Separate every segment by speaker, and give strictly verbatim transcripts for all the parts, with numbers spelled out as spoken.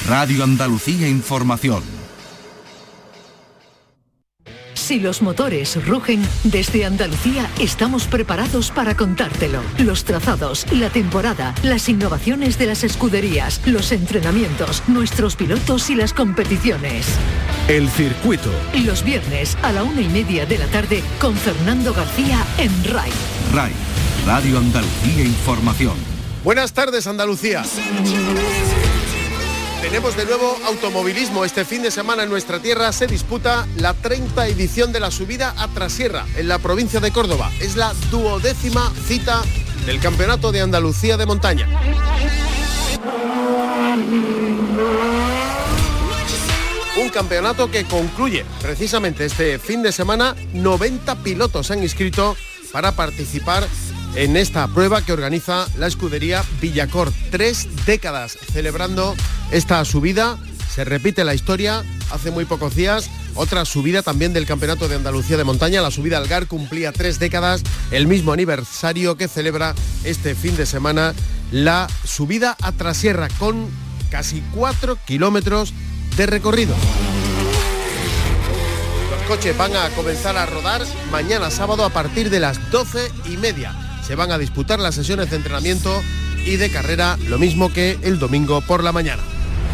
Speaker 1: Radio Andalucía Información.
Speaker 2: Si los motores rugen, desde Andalucía estamos preparados para contártelo. Los trazados, la temporada, las innovaciones de las escuderías, los entrenamientos, nuestros pilotos y las competiciones.
Speaker 3: El circuito.
Speaker 2: Los viernes a la una y media de la tarde con Fernando García en RAI.
Speaker 1: RAI, Radio Andalucía Información.
Speaker 4: Buenas tardes, Andalucía. Tenemos de nuevo automovilismo. Este fin de semana en nuestra tierra se disputa la treinta edición de la subida a Trasierra, en la provincia de Córdoba. Es la duodécima cita del Campeonato de Andalucía de Montaña. Un campeonato que concluye precisamente este fin de semana. noventa pilotos se han inscrito para participar en esta prueba que organiza la escudería Villacor. Tres décadas celebrando esta subida. Se repite la historia. Hace muy pocos días otra subida también del Campeonato de Andalucía de Montaña. La subida Algar cumplía tres décadas, el mismo aniversario que celebra este fin de semana la subida a Trasierra, con casi cuatro kilómetros de recorrido. Los coches van a comenzar a rodar mañana sábado a partir de las doce y media. Se van a disputar las sesiones de entrenamiento y de carrera, lo mismo que el domingo por la mañana.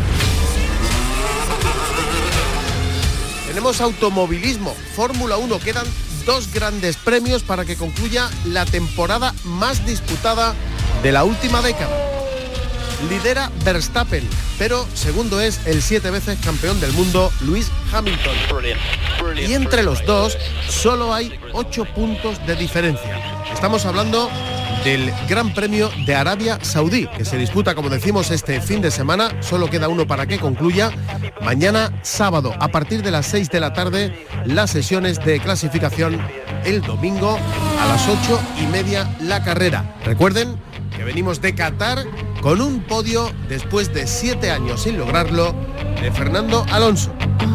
Speaker 4: Tenemos automovilismo, Fórmula uno. Quedan dos grandes premios para que concluya la temporada más disputada de la última década. Lidera Verstappen, pero segundo es el siete veces campeón del mundo Lewis Hamilton. Y entre los dos solo hay ocho puntos de diferencia. Estamos hablando del Gran Premio de Arabia Saudí, que se disputa, como decimos, este fin de semana. Solo queda uno para que concluya. Mañana sábado, a partir de las seis de la tarde, las sesiones de clasificación. El domingo a las ocho y media la carrera. Recuerden que venimos de Qatar con un podio después de siete años sin lograrlo de Fernando Alonso.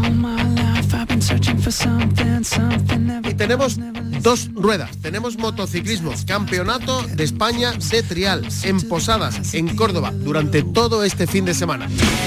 Speaker 4: Y tenemos dos ruedas, tenemos motociclismo, Campeonato de España de Trial, en Posadas, en Córdoba, durante todo este fin de semana.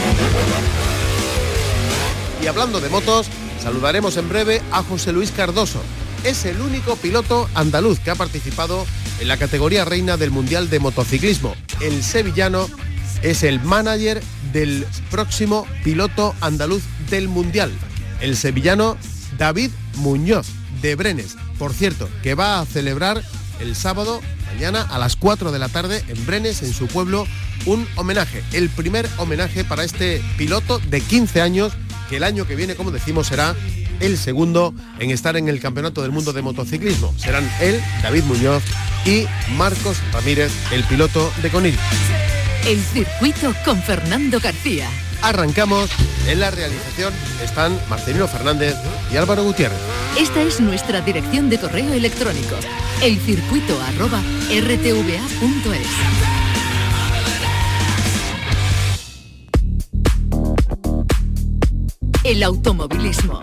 Speaker 4: Y hablando de motos, saludaremos en breve a José Luis Cardoso. Es el único piloto andaluz que ha participado en la categoría reina del Mundial de Motociclismo. El sevillano es el manager del próximo piloto andaluz del Mundial, el sevillano David Muñoz, de Brenes. Por cierto, que va a celebrar el sábado, mañana a las cuatro de la tarde, en Brenes, en su pueblo, un homenaje. El primer homenaje para este piloto de quince años, que el año que viene, como decimos, será el segundo en estar en el Campeonato del Mundo de Motociclismo. Serán él, David Muñoz, y Marcos Ramírez, el piloto de Conil.
Speaker 2: El circuito con Fernando García.
Speaker 4: Arrancamos. En la realización están Marcelino Fernández y Álvaro Gutiérrez.
Speaker 2: Esta es nuestra dirección de correo electrónico, elcircuito arroba r t v a punto es. El automovilismo.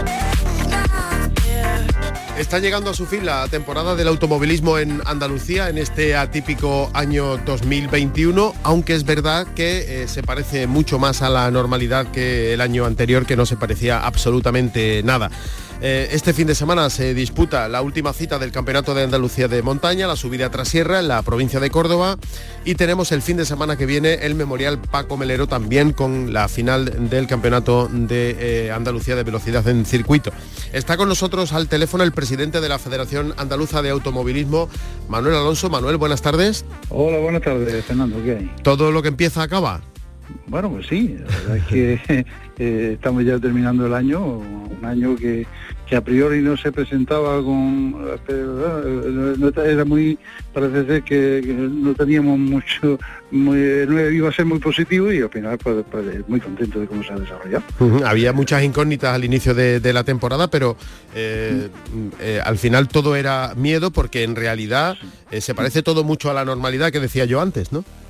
Speaker 4: Está llegando a su fin la temporada del automovilismo en Andalucía en este atípico año dos mil veintiuno, aunque es verdad que eh, se parece mucho más a la normalidad que el año anterior, que no se parecía absolutamente nada. Eh, este fin de semana se disputa la última cita del Campeonato de Andalucía de Montaña, la subida a Trasierra, en la provincia de Córdoba, y tenemos el fin de semana que viene el Memorial Paco Melero, también con la final del Campeonato de eh, Andalucía de Velocidad en circuito. Está con nosotros al teléfono el presidente de la Federación Andaluza de Automovilismo, Manuel Alonso. Manuel, buenas tardes.
Speaker 5: Hola, buenas tardes, Fernando. ¿Qué hay?
Speaker 4: ¿Todo lo que empieza acaba?
Speaker 5: Bueno, pues sí, la verdad es que eh, estamos ya terminando el año, un año que, que a priori no se presentaba con... No, era muy... parece ser que, que no teníamos mucho... Muy, no iba a ser muy positivo, y al final pues, pues muy contento de cómo se ha desarrollado.
Speaker 4: Uh-huh. Había muchas incógnitas al inicio de, de la temporada, pero eh, eh, al final todo era miedo, porque en realidad eh, se parece todo mucho a la normalidad que decía yo antes, ¿no?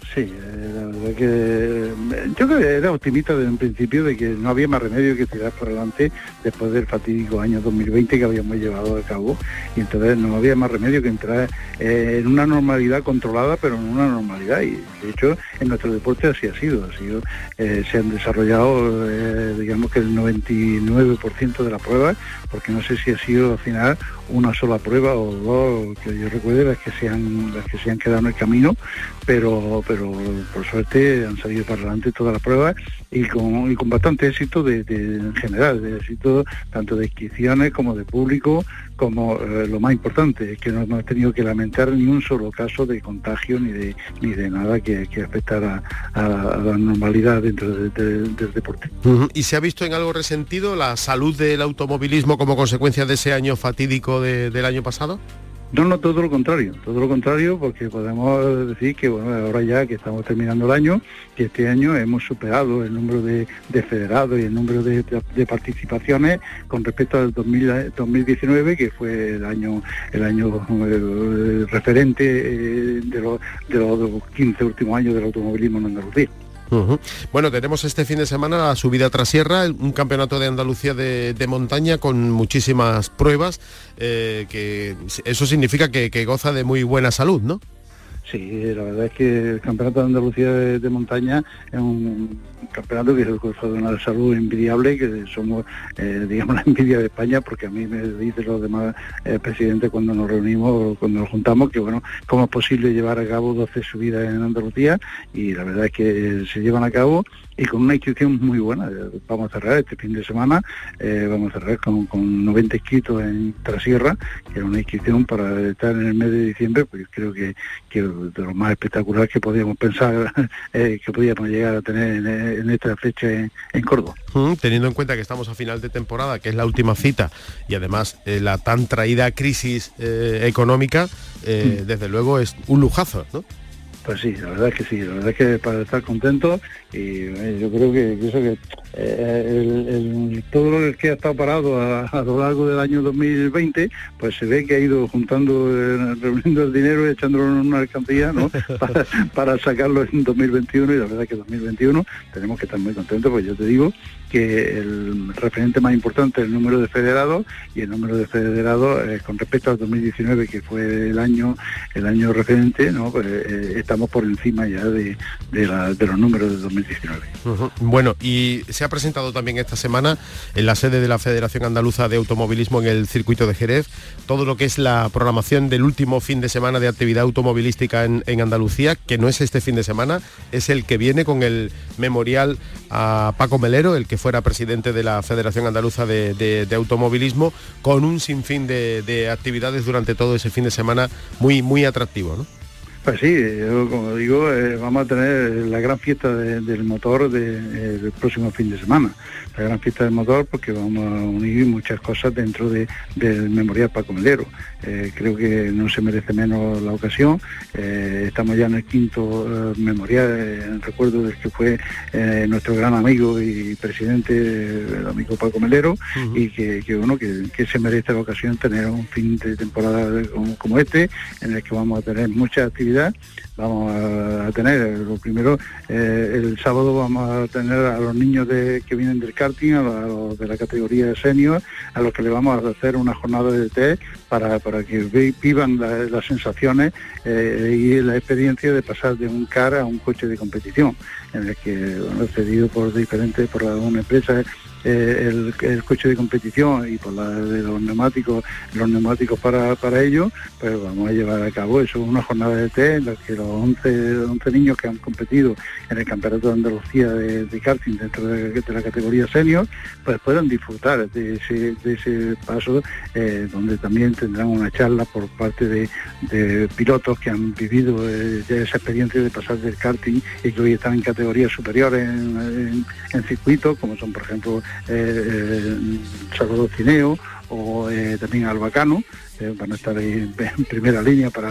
Speaker 5: Sí, eh, la verdad que yo creo que era optimista desde un principio de que no había más remedio que tirar por adelante después del fatídico año dos mil veinte que habíamos llevado a cabo, y entonces no había más remedio que entrar eh, en una normalidad controlada, pero en una normalidad, y de hecho en nuestro deporte así ha sido, ha sido eh, se han desarrollado eh, digamos que el noventa y nueve por ciento de las pruebas, porque no sé si ha sido al final una sola prueba o dos, que yo recuerde, las que se han, las que se han quedado en el camino, pero pero por suerte han salido para adelante todas las pruebas y con, y con bastante éxito de, de, en general, de éxito tanto de inscripciones como de público, como eh, lo más importante, es que no hemos tenido que lamentar ni un solo caso de contagio ni de ni de nada que, que afectara a, a la normalidad dentro de, de, del deporte.
Speaker 4: Uh-huh. ¿Y se ha visto en algo resentido la salud del automovilismo como consecuencia de ese año fatídico de, del año pasado?
Speaker 5: No, no, todo lo contrario, todo lo contrario, porque podemos decir que bueno, ahora ya que estamos terminando el año, que este año hemos superado el número de, de federados y el número de, de, de participaciones con respecto al dos mil diecinueve, que fue el año el año eh, referente eh, de, los, de los quince últimos años del automovilismo en Andalucía.
Speaker 4: Uh-huh. Bueno, tenemos este fin de semana la subida tras sierra, un campeonato de Andalucía de, de montaña con muchísimas pruebas, eh, que eso significa que, que goza de muy buena salud, ¿no?
Speaker 5: Sí, la verdad es que el Campeonato de Andalucía de, de Montaña es un campeonato que goza de una salud envidiable, que somos, eh, digamos, la envidia de España, porque a mí me dicen los demás eh, presidentes cuando nos reunimos, cuando nos juntamos, que bueno, cómo es posible llevar a cabo doce subidas en Andalucía, y la verdad es que se llevan a cabo y con una inscripción muy buena. Vamos a cerrar este fin de semana, eh, vamos a cerrar con, con noventa inscritos en Trasierra, que era una inscripción para estar en el mes de diciembre, pues creo que, que de lo más espectacular que podíamos pensar eh, que podíamos llegar a tener en, en esta fecha en, en Córdoba.
Speaker 4: Mm, teniendo en cuenta que estamos a final de temporada, que es la última cita, y además eh, la tan traída crisis eh, económica, eh, mm. desde luego es un lujazo, ¿no?
Speaker 5: Pues sí, la verdad es que sí, la verdad es que para estar contentos, y eh, yo creo que, que eso que eh, el, el, todo lo que ha estado parado a, a lo largo del año dos mil veinte, pues se ve que ha ido juntando, eh, reuniendo el dinero y echándolo en una alcancía, ¿no? para, para sacarlo en dos mil veintiuno, y la verdad es que dos mil veintiuno tenemos que estar muy contentos, pues yo te digo que el referente más importante es el número de federados, y el número de federados eh, con respecto al dos mil diecinueve, que fue el año el año referente, ¿no? Pues eh, estamos por encima ya de, de, la, de los números de dos mil diecinueve.
Speaker 4: Uh-huh. Bueno, y se ha presentado también esta semana en la sede de la Federación Andaluza de Automovilismo en el circuito de Jerez todo lo que es la programación del último fin de semana de actividad automovilística en, en Andalucía, que no es este fin de semana, es el que viene con el memorial a Paco Melero, el que fuera presidente de la Federación Andaluza de, de, de Automovilismo, con un sinfín de, de actividades durante todo ese fin de semana muy, muy atractivo, ¿no?
Speaker 5: Pues sí, yo, como digo, eh, vamos a tener la gran fiesta de, del motor de, eh, del próximo fin de semana. La gran fiesta del motor, porque vamos a unir muchas cosas dentro de, del memorial Paco Melero. Eh, creo que no se merece menos la ocasión. Eh, estamos ya en el quinto eh, memorial, eh, en recuerdo del que fue eh, nuestro gran amigo y presidente, el amigo Paco Melero, uh-huh. y que, que bueno, que, que se merece la ocasión tener un fin de temporada como, como este, en el que vamos a tener muchas actividades. Vamos a tener, lo primero, eh, el sábado vamos a tener a los niños de, que vienen del karting, a los, a los de la categoría senior, a los que le vamos a hacer una jornada de test para, para que vivan la, las sensaciones eh, y la experiencia de pasar de un car a un coche de competición, en el que, bueno, cedido por diferentes, por una empresa, eh, el, el coche de competición y por la de los neumáticos, los neumáticos para, para ello, pues vamos a llevar a cabo eso, una jornada de test en la que los once, once niños que han competido en el Campeonato de Andalucía de, de karting dentro de, de la categoría senior, pues puedan disfrutar de ese, de ese paso, eh, donde también tendrán una charla por parte de, de pilotos que han vivido eh, esa experiencia de pasar del karting y que hoy están en categorías superiores en, en, en circuitos, como son por ejemplo eh, eh, Salvador Cineo o eh, también Albacano, eh, van a estar ahí en primera línea para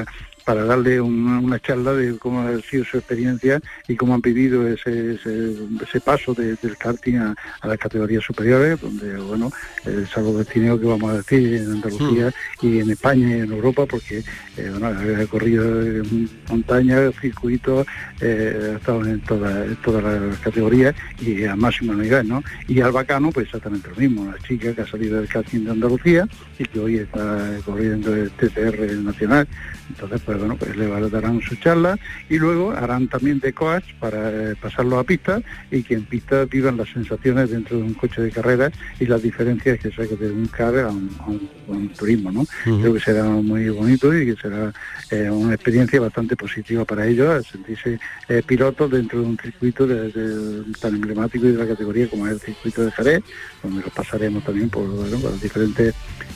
Speaker 5: para darle una, una charla de cómo ha sido su experiencia y cómo han vivido ese, ese, ese paso de, del karting a, a las categorías superiores, donde, bueno, el salvo destino que vamos a decir en Andalucía mm. y en España y en Europa, porque, eh, bueno, ha corrido en montaña, circuitos, eh, ha estado en todas en todas las categorías y a máximo nivel, ¿no? Y al bacano, pues exactamente lo mismo, una chica que ha salido del karting de Andalucía y que hoy está corriendo el T C R nacional. Entonces, pues bueno, pues le darán su charla y luego harán también de coach para eh, pasarlo a pista y que en pista vivan las sensaciones dentro de un coche de carreras y las diferencias que saca de un car a un, a un, a un turismo, ¿no? Uh-huh. Creo que será muy bonito y que será eh, una experiencia bastante positiva para ellos, al sentirse eh, pilotos dentro de un circuito de, de, tan emblemático y de la categoría como es el circuito de Jerez, donde los pasaremos también por, bueno, por los diferentes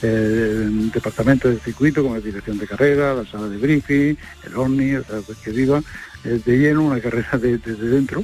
Speaker 5: eh, departamentos del circuito, como la dirección de carrera, la sala de briefing, el Omni, o sea, pues que viva eh, de lleno una carrera desde de, de dentro.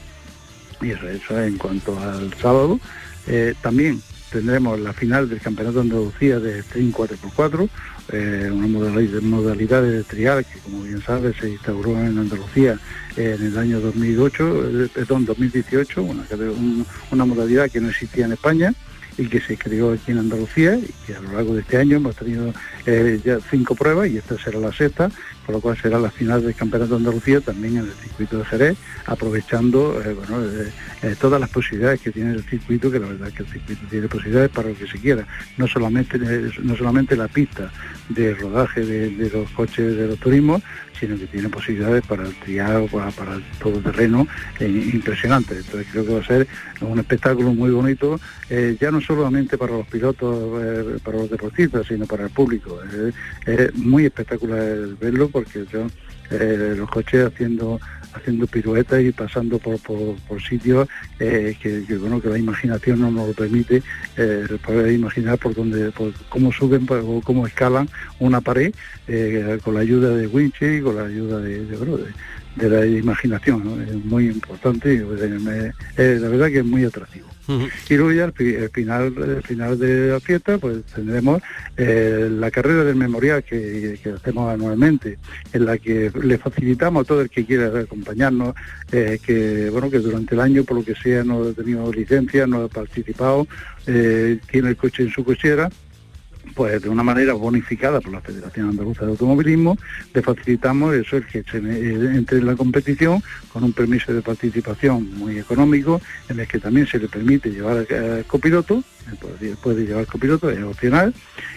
Speaker 5: Y eso, eso es en cuanto al sábado. Eh, también tendremos la final del Campeonato de Andalucía de Stream cuatro por cuatro, eh, una modalidad, modalidad de trial que, como bien sabes, se instauró en Andalucía eh, en el año dos mil ocho, eh, perdón, dos mil dieciocho, una, una modalidad que no existía en España y que se creó aquí en Andalucía y que a lo largo de este año hemos tenido eh, ya cinco pruebas y esta será la sexta, por lo cual será la final del Campeonato de Andalucía también en el circuito de Jerez, aprovechando eh, bueno, eh, eh, todas las posibilidades que tiene el circuito, que la verdad es que el circuito tiene posibilidades para lo que se quiera, no solamente eh, no solamente la pista de rodaje de, de los coches de los turismos, sino que tiene posibilidades para el trial, para, para el todoterreno eh, impresionante. Entonces creo que va a ser un espectáculo muy bonito, eh, ya no solamente para los pilotos, eh, para los deportistas, sino para el público. Es eh, muy espectacular verlo porque yo, eh, los coches haciendo haciendo piruetas y pasando por, por, por sitios eh, que, que bueno que la imaginación no nos lo permite eh, poder imaginar por dónde, por cómo suben o cómo escalan una pared eh, con la ayuda de winches y con la ayuda de, de, bueno, de, de la imaginación, ¿no? Es muy importante y pues, me, eh, la verdad que es muy atractivo. Uh-huh. Y luego ya el, el final el final de la fiesta pues tendremos eh, la carrera del memorial que, que hacemos anualmente, en la que le facilitamos a todo el que quiera acompañarnos, eh, que bueno que durante el año por lo que sea no ha tenido licencia, no ha participado, eh, tiene el coche en su cochera, pues de una manera bonificada por la Federación Andaluza de Automovilismo, le facilitamos eso, el que se entre en la competición con un permiso de participación muy económico, en el que también se le permite llevar eh, copiloto, puede, puede llevar copiloto, es opcional,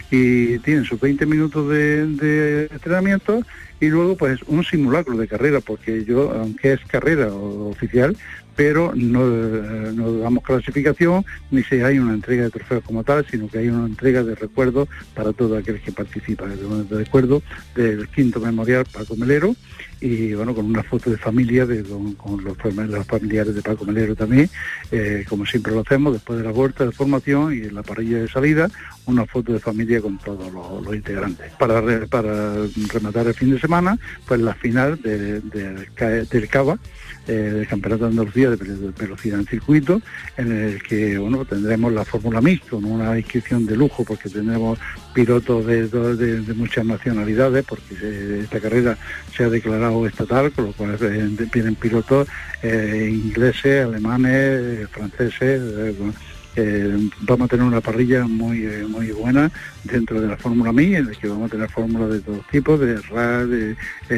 Speaker 5: y tienen sus veinte minutos de, de entrenamiento, y luego pues un simulacro de carrera, porque yo, aunque es carrera oficial, pero no, no damos clasificación, ni si hay una entrega de trofeos como tal, sino que hay una entrega de recuerdos para todo aquel que participa. De recuerdo del quinto memorial Paco Melero, y bueno, con una foto de familia de, con, con los, los familiares de Paco Melero también, eh, como siempre lo hacemos después de la vuelta de formación y en la parrilla de salida, una foto de familia con todos los, los integrantes. Para, re, para rematar el fin de semana, pues la final de, de, del Cava, eh, del Campeonato de Andalucía de velocidad en circuito, en el que bueno tendremos la Fórmula Mixta, con una inscripción de lujo, porque tendremos pilotos de, de, de muchas nacionalidades, porque se, esta carrera se ha declarado estatal, con lo cual eh, vienen pilotos eh, ingleses, alemanes, eh, franceses. Eh, Eh, vamos a tener una parrilla muy eh, muy buena dentro de la Fórmula M I, en la que vamos a tener fórmulas de todos tipos, de R A, de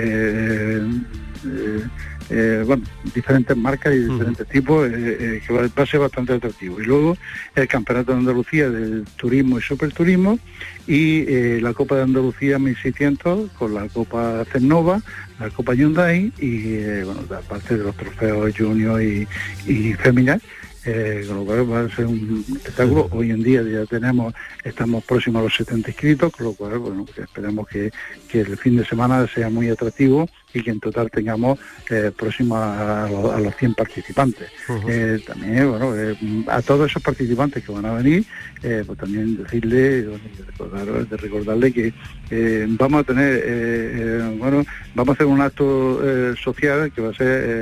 Speaker 5: eh, eh, eh, bueno, diferentes marcas y diferentes uh-huh. tipos, eh, eh, que va, va a ser bastante atractivo. Y luego el Campeonato de Andalucía del Turismo y Superturismo, y eh, la Copa de Andalucía mil seiscientos con la Copa Cernova, la Copa Hyundai y eh, bueno, aparte de los trofeos junior y, y féminas. Eh, con lo cual va a ser un espectáculo. Hoy en día ya tenemos, estamos próximos a los setenta inscritos, con lo cual bueno, pues esperemos que, que el fin de semana sea muy atractivo y que en total tengamos eh, próximo a, a, los, a los cien participantes. Uh-huh. Eh, también, bueno, eh, a todos esos participantes que van a venir, eh, pues también decirle, bueno, de, recordar, de recordarle que eh, vamos a tener, eh, eh, bueno, vamos a hacer un acto eh, social que va a ser eh,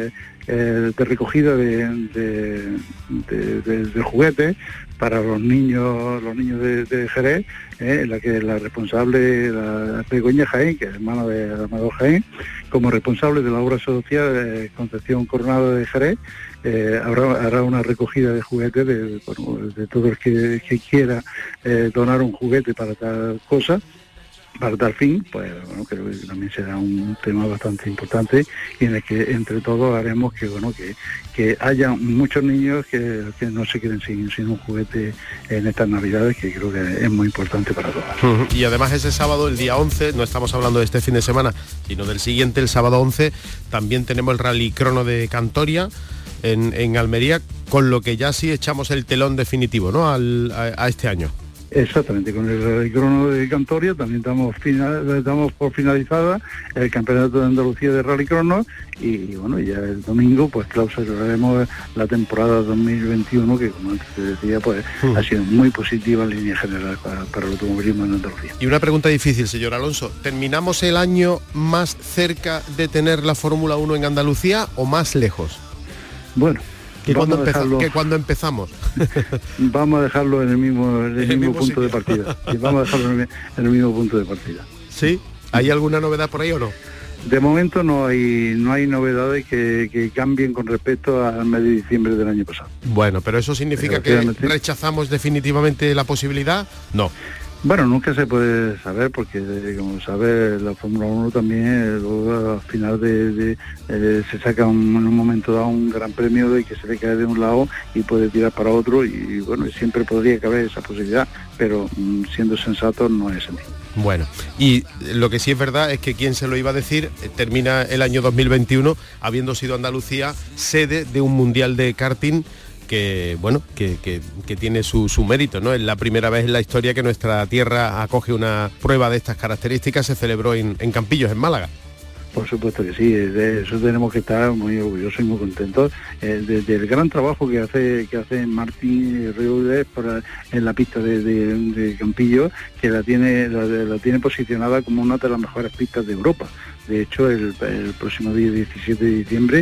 Speaker 5: eh, de recogida de, de, de, de, de juguetes para los niños los niños de, de Jerez, eh, en la que la responsable, la Begoña Jaén, que es hermana de Amador Jaén, como responsable de la obra social de Concepción Coronado de Jerez, eh, habrá, hará una recogida de juguetes de, bueno, de todo el que, que quiera eh, donar un juguete para tal cosa, para tal fin. Pues bueno, creo que también será un tema bastante importante y en el que entre todos haremos que bueno que, que haya muchos niños que, que no se queden sin, sin un juguete en estas navidades, que creo que es muy importante para todos.
Speaker 4: Y además ese sábado, el día once, no estamos hablando de este fin de semana, sino del siguiente, el sábado once, también tenemos el Rally Crono de Cantoria en, en Almería, con lo que ya sí echamos el telón definitivo, ¿no?, Al, a, a este año.
Speaker 5: Exactamente, con el Rally Crono de Cantoria también estamos, final, estamos por finalizada el Campeonato de Andalucía de Rally Crono y, y bueno, ya el domingo pues clausuraremos la temporada dos mil veintiuno, que como antes te decía pues uh. ha sido muy positiva en línea general para, para el automovilismo en Andalucía.
Speaker 4: Y una pregunta difícil, señor Alonso, ¿terminamos el año más cerca de tener la Fórmula uno en Andalucía o más lejos?
Speaker 5: Bueno,
Speaker 4: que cuando, empeza- que cuando empezamos
Speaker 5: vamos a dejarlo en el mismo, en el el mismo, mismo punto de partida. Y vamos a dejarlo en el, en el mismo punto de partida.
Speaker 4: ¿Sí? ¿Hay alguna novedad por ahí o no?
Speaker 5: De momento no hay no hay novedades que, que cambien con respecto al mes de diciembre del año pasado.
Speaker 4: Bueno, pero eso significa que rechazamos definitivamente la posibilidad. No.
Speaker 5: Bueno, nunca se puede saber porque, como sabes, la Fórmula uno también luego al final de, de eh, se saca un, en un momento dado un gran premio de que se le cae de un lado y puede tirar para otro y, y bueno, siempre podría caber esa posibilidad, pero mm, siendo sensato no es así.
Speaker 4: Bueno, y lo que sí es verdad es que quien se lo iba a decir, termina el año dos mil veintiuno habiendo sido Andalucía sede de un mundial de karting que bueno que, que, que tiene su, su mérito, ¿no? Es la primera vez en la historia que nuestra tierra acoge una prueba de estas características. Se celebró en, en Campillos, en Málaga.
Speaker 5: Por supuesto que sí, de eso tenemos que estar muy orgullosos y muy contentos eh, de, del gran trabajo que hace que hace Martín Riudes en la pista de, de, de Campillos, que la tiene la, la tiene posicionada como una de las mejores pistas de Europa. De hecho, el, el próximo día diecisiete de diciembre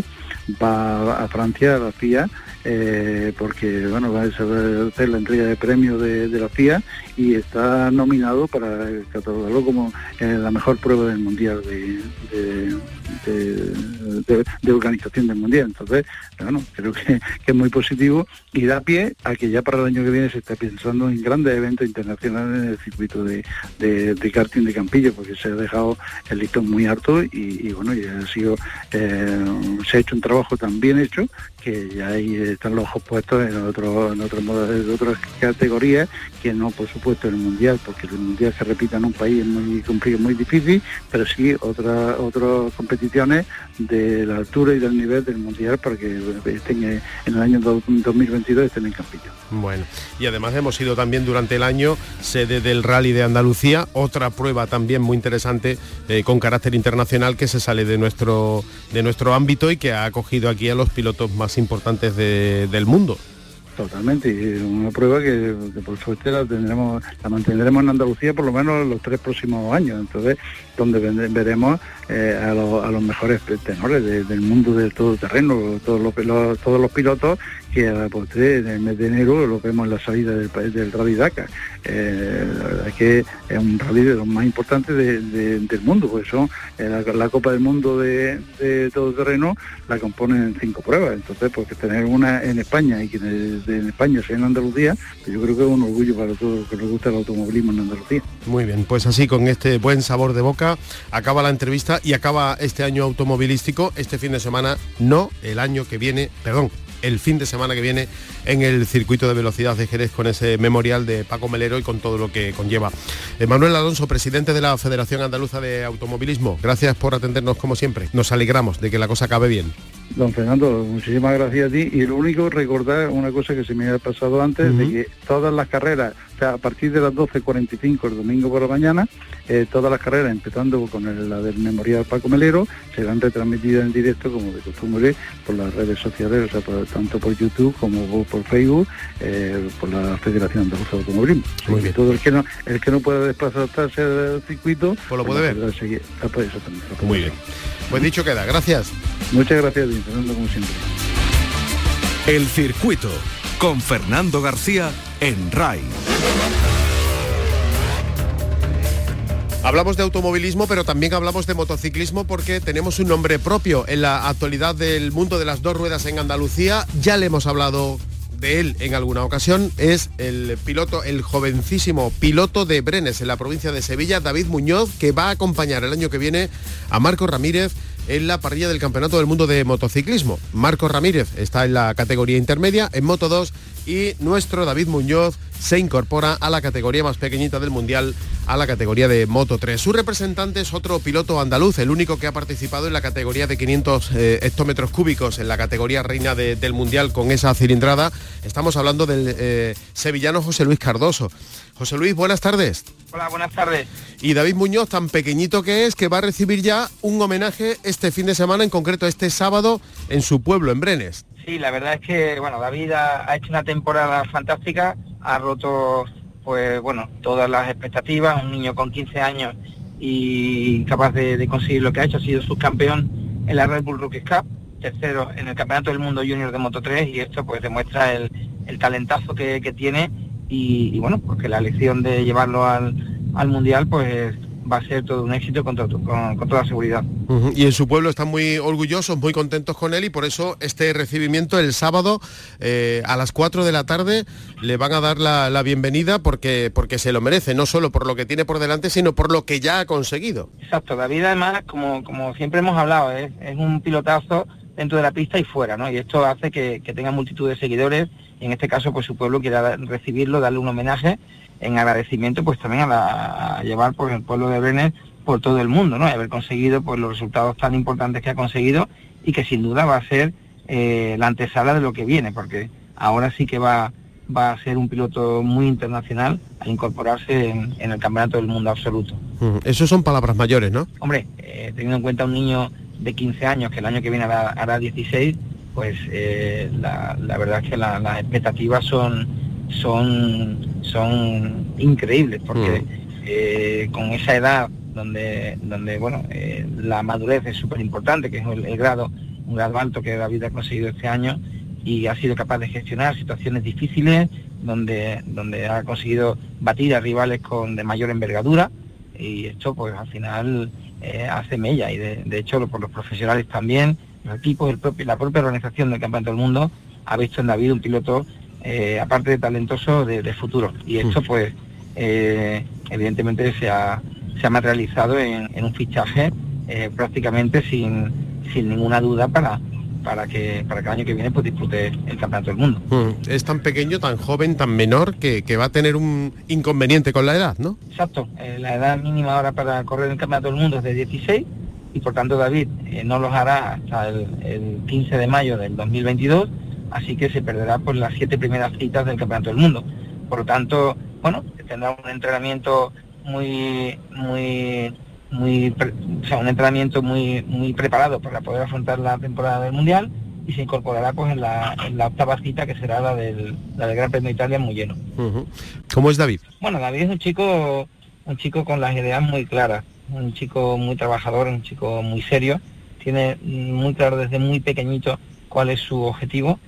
Speaker 5: va a Francia, a la F I A, eh, porque bueno, va a hacer la entrega de premios de, de la F I A y está nominado para catalogarlo como eh, la mejor prueba del Mundial de, de, de, de, de organización del Mundial. Entonces, bueno, creo que, que es muy positivo y da pie a que ya para el año que viene se está pensando en grandes eventos internacionales en el circuito de, de, de karting de Campillos, porque se ha dejado el listón muy alto y, y bueno, ya ha sido eh, se ha hecho un trabajo tan bien hecho que ya ahí están los ojos puestos en otros en otros modos de otras categorías, que no por supuesto en el mundial, porque el mundial se repita en un país es muy complicado, muy difícil, pero sí otras otras competiciones de la altura y del nivel del mundial para que estén en el año dos mil veintidós estén en Campillo.
Speaker 4: Bueno, y además hemos sido también durante el año sede del Rally de Andalucía, otra prueba también muy interesante eh, con carácter internacional que se sale de nuestro de nuestro ámbito y que ha acogido aquí a los pilotos más importantes de, del mundo.
Speaker 5: Totalmente, y una prueba que, que por suerte la tendremos, la mantendremos en Andalucía por lo menos los tres próximos años, entonces donde veremos eh, a, lo, a los mejores tenores de, del mundo del todoterreno, todos los, los, todos los pilotos que a la postre en el mes de enero lo vemos en la salida del, del Rally Dakar. Eh, la verdad es que es un rally de los más importantes de, de, del mundo, pues son eh, la, la Copa del Mundo de, de todoterreno la componen en cinco pruebas, entonces porque tener una en España y que de, de, en España sea en Andalucía, pues yo creo que es un orgullo para todos los que les gusta el automovilismo en Andalucía.
Speaker 4: Muy bien, pues así con este buen sabor de boca acaba la entrevista y acaba este año automovilístico. Este fin de semana no, el año que viene, perdón, el fin de semana que viene en el circuito de velocidad de Jerez con ese memorial de Paco Melero y con todo lo que conlleva. Manuel Alonso, presidente de la Federación Andaluza de Automovilismo, gracias por atendernos como siempre. Nos alegramos de que la cosa acabe bien.
Speaker 5: Don Fernando, muchísimas gracias a ti y lo único, recordar una cosa que se me ha pasado antes, uh-huh. de que todas las carreras, o sea, a partir de las doce cuarenta y cinco el domingo por la mañana, eh, todas las carreras, empezando con el, la del memorial Paco Melero, serán retransmitidas en directo como de costumbre por las redes sociales, o sea, por, tanto por YouTube como por, por Facebook, eh, por la Federación Andaluza de Automovilismo.
Speaker 4: Muy bien.
Speaker 5: Todo el que no el que no pueda desplazarse al circuito,
Speaker 4: pues lo puede ver.
Speaker 5: Seguir, pues eso también, lo
Speaker 4: Muy bien. Pues dicho queda, gracias.
Speaker 5: Muchas gracias, bien, Fernando, como siempre.
Speaker 1: El Circuito, con Fernando García en R A I.
Speaker 4: Hablamos de automovilismo, pero también hablamos de motociclismo porque tenemos un nombre propio en la actualidad del mundo de las dos ruedas en Andalucía. Ya le hemos hablado de él en alguna ocasión. Es el piloto, el jovencísimo piloto de Brenes en la provincia de Sevilla, David Muñoz, que va a acompañar el año que viene a Marcos Ramírez en la parrilla del Campeonato del Mundo de Motociclismo. Marcos Ramírez está en la categoría intermedia, en Moto dos, y nuestro David Muñoz se incorpora a la categoría más pequeñita del Mundial, a la categoría de Moto tres. Su representante es otro piloto andaluz, el único que ha participado en la categoría de quinientos eh, hectómetros cúbicos, en la categoría reina de, del Mundial con esa cilindrada. Estamos hablando del eh, sevillano José Luis Cardoso. José Luis, buenas tardes.
Speaker 3: Hola, buenas tardes.
Speaker 4: Y David Muñoz, tan pequeñito que es, que va a recibir ya un homenaje este fin de semana, en concreto este sábado, en su pueblo, en Brenes.
Speaker 3: Sí, la verdad es que, bueno, David ha, ha hecho una temporada fantástica, ha roto, pues, bueno, todas las expectativas. Un niño con quince años y capaz de, de conseguir lo que ha hecho, ha sido subcampeón en la Red Bull Rookies Cup, tercero en el Campeonato del Mundo Junior de Moto tres, y esto pues demuestra el, el talentazo que, que tiene. Y, y bueno, pues que la elección de llevarlo al, al Mundial pues va a ser todo un éxito con, to, con, con toda seguridad.
Speaker 4: Uh-huh. Y en su pueblo están muy orgullosos, muy contentos con él, y por eso este recibimiento el sábado eh, a las cuatro de la tarde le van a dar la, la bienvenida porque, porque se lo merece, no solo por lo que tiene por delante, sino por lo que ya ha conseguido.
Speaker 3: Exacto, David además, como, como siempre hemos hablado, es, es un pilotazo dentro de la pista y fuera, ¿no? Y esto hace que, que tenga multitud de seguidores, y en este caso pues su pueblo quiera recibirlo, darle un homenaje en agradecimiento pues también a, la, a llevar pues el pueblo de Brenes por todo el mundo, ¿no? Y haber conseguido pues los resultados tan importantes que ha conseguido, y que sin duda va a ser eh, la antesala de lo que viene, porque ahora sí que va, va a ser un piloto muy internacional al incorporarse en, en el Campeonato del Mundo absoluto.
Speaker 4: Uh-huh. Eso son palabras mayores, ¿no?
Speaker 3: Hombre, eh, teniendo en cuenta un niño de quince años, que el año que viene hará, hará dieciséis, pues eh, la, la verdad es que la, las expectativas son son son increíbles, porque mm. eh, con esa edad donde donde bueno eh, la madurez es súper importante, que es el, el grado un grado alto que David ha conseguido este año, y ha sido capaz de gestionar situaciones difíciles donde donde ha conseguido batir a rivales con de mayor envergadura, y esto pues al final eh, hace mella, y de, de hecho por los profesionales también, los equipos, el propio, la propia organización del Campeonato del Mundo ha visto en David un piloto eh, aparte de talentoso, de, de futuro, y esto pues eh, evidentemente se ha, se ha materializado en, en un fichaje eh, prácticamente sin, sin ninguna duda para para que para que el año que viene pues disfrute el Campeonato del Mundo.
Speaker 4: Mm, es tan pequeño, tan joven, tan menor, que, que va a tener un inconveniente con la edad, ¿no?
Speaker 3: Exacto, eh, la edad mínima ahora para correr el Campeonato del Mundo es de dieciséis, y por tanto David eh, no los hará hasta el, el quince de mayo del dos mil veintidós, así que se perderá pues las siete primeras citas del Campeonato del Mundo. Por lo tanto, bueno, tendrá un entrenamiento muy muy muy o sea un entrenamiento muy muy preparado para poder afrontar la temporada del Mundial, y se incorporará pues en la, en la octava cita, que será la del, la del Gran Premio de Italia muy lleno.
Speaker 4: Uh-huh. ¿Cómo es David?
Speaker 3: Bueno, David es un chico un chico con las ideas muy claras, un chico muy trabajador, un chico muy serio, tiene muy claro desde muy pequeñito cuál es su objetivo,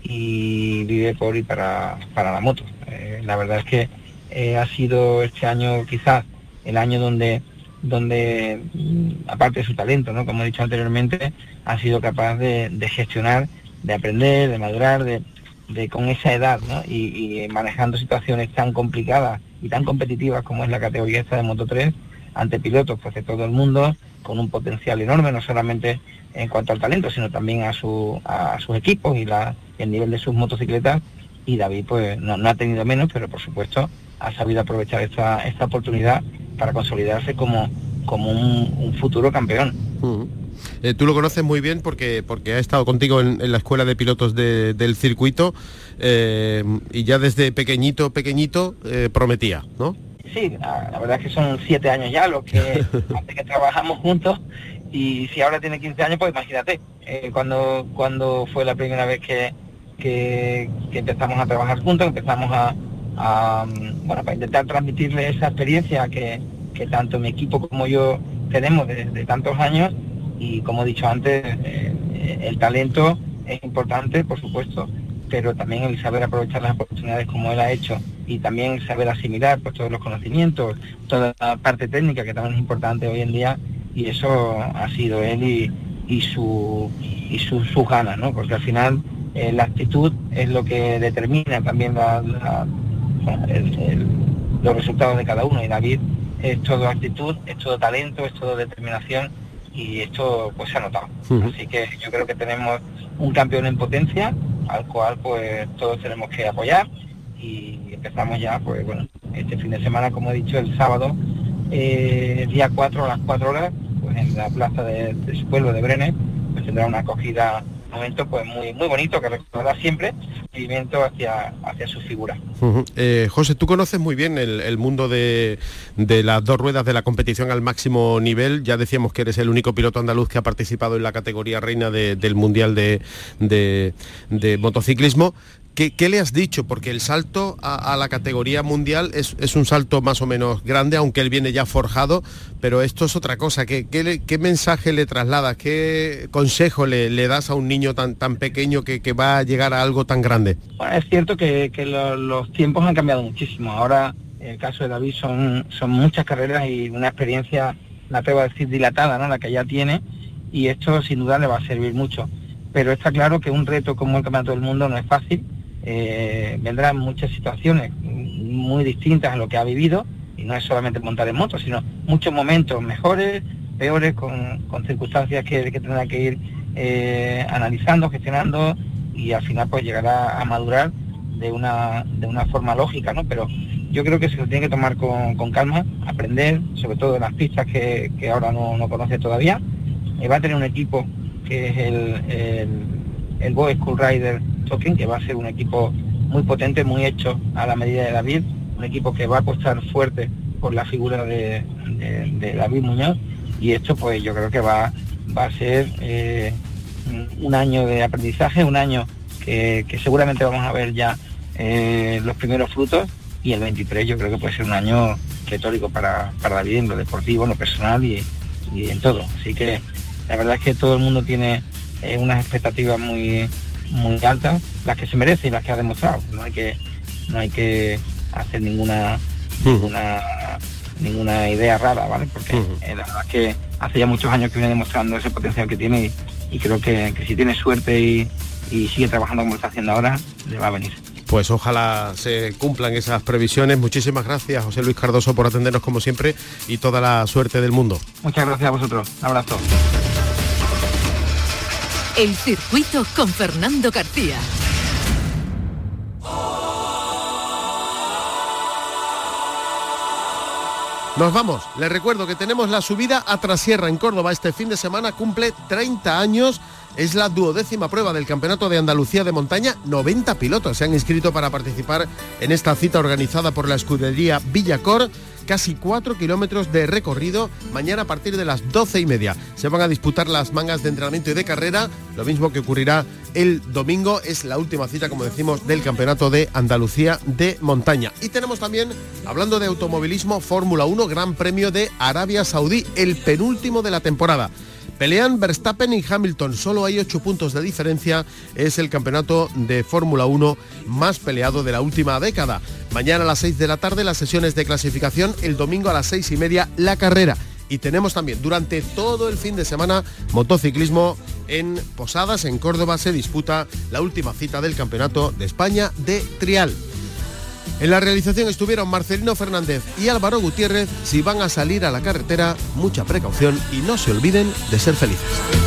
Speaker 3: y vive por y para, para la moto. Eh, la verdad es que eh, ha sido este año quizás el año donde donde aparte de su talento, ¿no?, como he dicho anteriormente, ha sido capaz de, de gestionar, de aprender, de madurar, de, de con esa edad, ¿no?, y, y manejando situaciones tan complicadas y tan competitivas como es la categoría esta de Moto tres, ante pilotos pues de todo el mundo, con un potencial enorme, no solamente en cuanto al talento, sino también a, su, a sus equipos y la, el nivel de sus motocicletas. Y David pues no, no ha tenido menos, pero por supuesto ha sabido aprovechar esta, esta oportunidad para consolidarse como, como un, un futuro campeón.
Speaker 4: Uh-huh. Eh, tú lo conoces muy bien porque porque ha estado contigo en, en la escuela de pilotos de, del circuito, eh, y ya desde pequeñito, pequeñito eh, prometía, ¿no?
Speaker 3: Sí, la, la verdad es que son siete años ya los que antes que trabajamos juntos, y si ahora tiene quince años, pues imagínate, eh, cuando cuando fue la primera vez que, que, que empezamos a trabajar juntos, empezamos a A, bueno, para intentar transmitirle esa experiencia que, que tanto mi equipo como yo tenemos desde de tantos años, y como he dicho antes, eh, eh, el talento es importante, por supuesto, pero también el saber aprovechar las oportunidades como él ha hecho y también saber asimilar pues todos los conocimientos, toda la parte técnica que también es importante hoy en día, y eso ha sido él y, y su y su, sus ganas, ¿no? Porque al final eh, la actitud es lo que determina también la, la, el, el, los resultados de cada uno, y David es todo actitud, es todo talento, es todo determinación, y esto pues se ha notado. Uh-huh. Así que yo creo que tenemos un campeón en potencia al cual pues todos tenemos que apoyar, y empezamos ya pues bueno, este fin de semana, como he dicho, el sábado, eh, día cuatro a las cuatro horas, pues en la plaza de, de su pueblo de Brenes, pues tendrá una acogida, un momento pues muy muy bonito que recordará siempre, movimiento hacia hacia su figura.
Speaker 4: Uh-huh. eh, José, tú conoces muy bien el, el mundo de, de las dos ruedas, de la competición al máximo nivel. Ya decíamos que eres el único piloto andaluz que ha participado en la categoría reina de, del Mundial de, de, de motociclismo. ¿Qué, ¿Qué le has dicho? Porque el salto a, a la categoría mundial es, es un salto más o menos grande, aunque él viene ya forjado, pero esto es otra cosa. ¿Qué, qué, le, qué mensaje le trasladas? ¿Qué consejo le, le das a un niño tan, tan pequeño que, que va a llegar a algo tan grande?
Speaker 3: Bueno, es cierto que, que lo, los tiempos han cambiado muchísimo. Ahora, en el caso de David, son, son muchas carreras y una experiencia, la atrevo a decir, dilatada, ¿no? La que ya tiene, y esto sin duda le va a servir mucho. Pero está claro que un reto como el Campeonato del Mundo no es fácil. Eh, vendrán muchas situaciones muy distintas a lo que ha vivido, y no es solamente montar en moto, sino muchos momentos mejores, peores, con, con circunstancias que, que tendrá que ir eh, analizando, gestionando, y al final pues llegará a madurar de una de una forma lógica, ¿no? Pero yo creo que se lo tiene que tomar con, con calma, aprender, sobre todo en las pistas que, que ahora no, no conoce todavía. Eh, va a tener un equipo que es el, el, el Boy School Rider Token, que va a ser un equipo muy potente, muy hecho a la medida de David, un equipo que va a apostar fuerte por la figura de, de, de David Muñoz, y esto pues yo creo que va, va a ser eh, un año de aprendizaje, un año que, que seguramente vamos a ver ya eh, los primeros frutos, y el veintitrés yo creo que puede ser un año retórico para, para David en lo deportivo, en lo personal y, y en todo. Así que la verdad es que todo el mundo tiene eh, unas expectativas muy muy altas, las que se merece y las que ha demostrado. No hay que no hay que hacer ninguna ninguna ninguna idea rara, ¿vale? Porque uh-huh. eh, la verdad es que hace ya muchos años que viene demostrando ese potencial que tiene, y, y creo que, que si tiene suerte y, y sigue trabajando como está haciendo ahora, le va a venir.
Speaker 4: Pues ojalá se cumplan esas previsiones. Muchísimas gracias, José Luis Cardoso, por atendernos como siempre, y toda la suerte del mundo.
Speaker 3: Muchas gracias a vosotros. Un abrazo.
Speaker 2: El circuito con Fernando García.
Speaker 4: Nos vamos. Les recuerdo que tenemos la subida a Trasierra en Córdoba este fin de semana. Cumple treinta años. Es la duodécima prueba del Campeonato de Andalucía de Montaña. noventa pilotos se han inscrito para participar en esta cita organizada por la escudería Villacor. Casi cuatro kilómetros de recorrido. Mañana a partir de las doce y media se van a disputar las mangas de entrenamiento y de carrera. Lo mismo que ocurrirá el domingo. Es la última cita, como decimos, del Campeonato de Andalucía de Montaña. Y tenemos también, hablando de automovilismo, Fórmula uno, Gran Premio de Arabia Saudí, el penúltimo de la temporada. Pelean Verstappen y Hamilton, solo hay ocho puntos de diferencia. Es el campeonato de Fórmula uno más peleado de la última década. Mañana a las seis de la tarde las sesiones de clasificación, el domingo a las seis y media la carrera. Y tenemos también durante todo el fin de semana motociclismo en Posadas, en Córdoba. Se disputa la última cita del Campeonato de España de Trial. En la realización estuvieron Marcelino Fernández y Álvaro Gutiérrez. Si van a salir a la carretera, mucha precaución y no se olviden de ser felices.